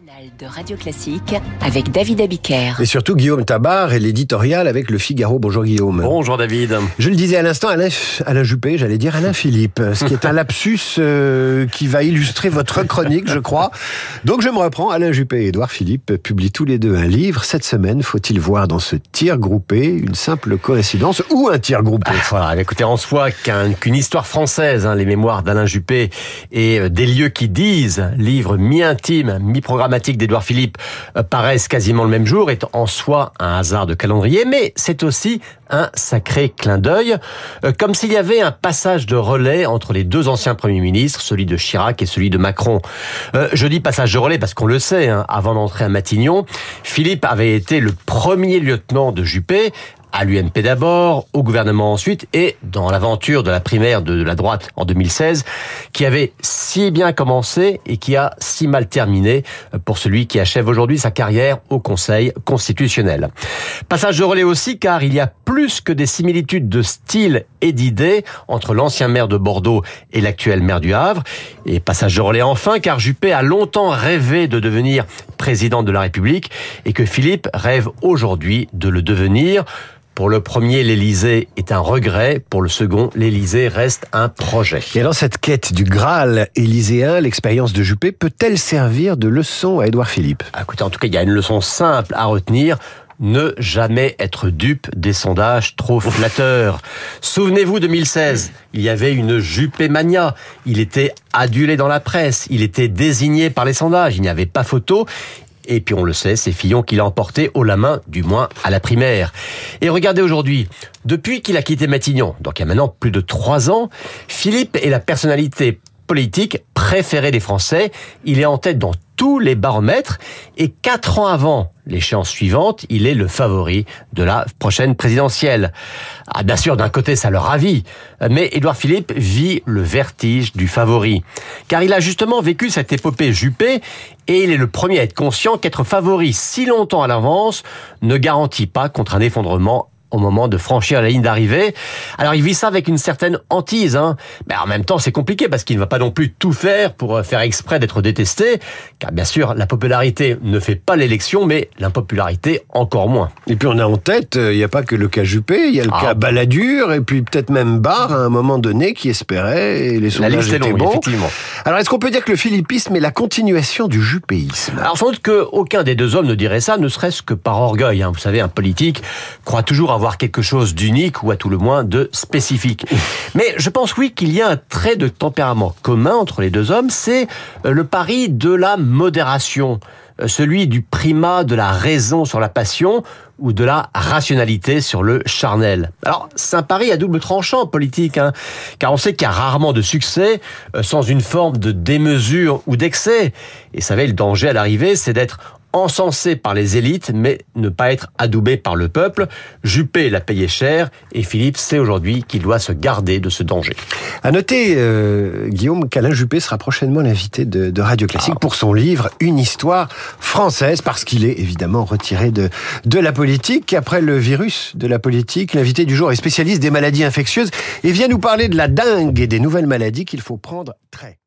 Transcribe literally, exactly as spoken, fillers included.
matinale de Radio Classique avec David Abiker. Et surtout Guillaume Tabar et l'éditorial avec Le Figaro. Bonjour Guillaume. Bonjour David. Je le disais à l'instant, Alain, Alain Juppé, j'allais dire Alain Philippe, ce qui est un lapsus euh, qui va illustrer votre chronique, je crois. Donc je me reprends, Alain Juppé et Édouard Philippe publient tous les deux un livre. Cette semaine, faut-il voir dans ce tir groupé une simple coïncidence ou un tir groupé? Ah, voilà, écoutez, en soi qu'un, qu'une histoire française, hein, les mémoires d'Alain Juppé et euh, des lieux qui disent, livre mi-intime, mi-programmatique d'Édouard Philippe, euh, paraissent quasiment le même jour, est en soi un hasard de calendrier, mais c'est aussi un sacré clin d'œil, euh, comme s'il y avait un passage de relais entre les deux anciens premiers ministres, celui de Chirac et celui de Macron. Euh, je dis passage de relais parce qu'on le sait, hein, avant d'entrer à Matignon, Philippe avait été le premier lieutenant de Juppé, à l'U M P d'abord, au gouvernement ensuite, et dans l'aventure de la primaire de la droite en deux mille seize, qui avait si bien commencé et qui a si mal terminé pour celui qui achève aujourd'hui sa carrière au Conseil constitutionnel. Passage de relais aussi, car il y a plus que des similitudes de style et d'idées entre l'ancien maire de Bordeaux et l'actuel maire du Havre. Et passage de relais enfin, car Juppé a longtemps rêvé de devenir président de la République et que Philippe rêve aujourd'hui de le devenir. Pour le premier, l'Élysée est un regret. Pour le second, l'Élysée reste un projet. Et dans cette quête du Graal élyséen, l'expérience de Juppé peut-elle servir de leçon à Édouard Philippe? Écoutez, en tout cas, il y a une leçon simple à retenir. Ne jamais être dupe des sondages trop flatteurs. Souvenez-vous, deux mille seize, il y avait une Juppémania. Il était adulé dans la presse. Il était désigné par les sondages. Il n'y avait pas photo. Et puis on le sait, c'est Fillon qui l'a emporté haut la main, du moins à la primaire. Et regardez aujourd'hui, depuis qu'il a quitté Matignon, donc il y a maintenant plus de trois ans, Philippe est la personnalité politique préférée des Français. Il est en tête dans tous les baromètres et quatre ans avant l'échéance suivante, il est le favori de la prochaine présidentielle. Ah, bien sûr, d'un côté, ça le ravit, mais Édouard Philippe vit le vertige du favori. Car il a justement vécu cette épopée Juppé et il est le premier à être conscient qu'être favori si longtemps à l'avance ne garantit pas contre un effondrement au moment de franchir la ligne d'arrivée. Alors il vit ça avec une certaine hantise, hein. Mais en même temps c'est compliqué parce qu'il ne va pas non plus tout faire pour faire exprès d'être détesté, car bien sûr la popularité ne fait pas l'élection, mais l'impopularité encore moins. Et puis on a en tête, il n'y a pas que le cas Juppé, il y a le ah. cas Balladur, et puis peut-être même Barre à un moment donné qui espérait, et les sondages la liste étaient est longue, bons. Effectivement. Alors est-ce qu'on peut dire que le philippisme est la continuation du juppéisme? Alors sans doute qu'aucun des deux hommes ne dirait ça, ne serait-ce que par orgueil, hein. Vous savez, un politique croit toujours avoir avoir quelque chose d'unique ou à tout le moins de spécifique. Mais je pense oui qu'il y a un trait de tempérament commun entre les deux hommes, c'est le pari de la modération, celui du primat de la raison sur la passion ou de la rationalité sur le charnel. Alors, c'est un pari à double tranchant en politique, hein, car on sait qu'il y a rarement de succès sans une forme de démesure ou d'excès. Et vous savez, le danger à l'arrivée, c'est d'être encensé par les élites, mais ne pas être adoubé par le peuple. Juppé l'a payé cher, et Philippe sait aujourd'hui qu'il doit se garder de ce danger. À noter, euh, Guillaume, qu'Alain Juppé sera prochainement l'invité de, de Radio Classique ah. pour son livre « Une histoire française », parce qu'il est évidemment retiré de, de la politique. Après le virus de la politique, l'invité du jour est spécialiste des maladies infectieuses et vient nous parler de la dengue et des nouvelles maladies qu'il faut prendre très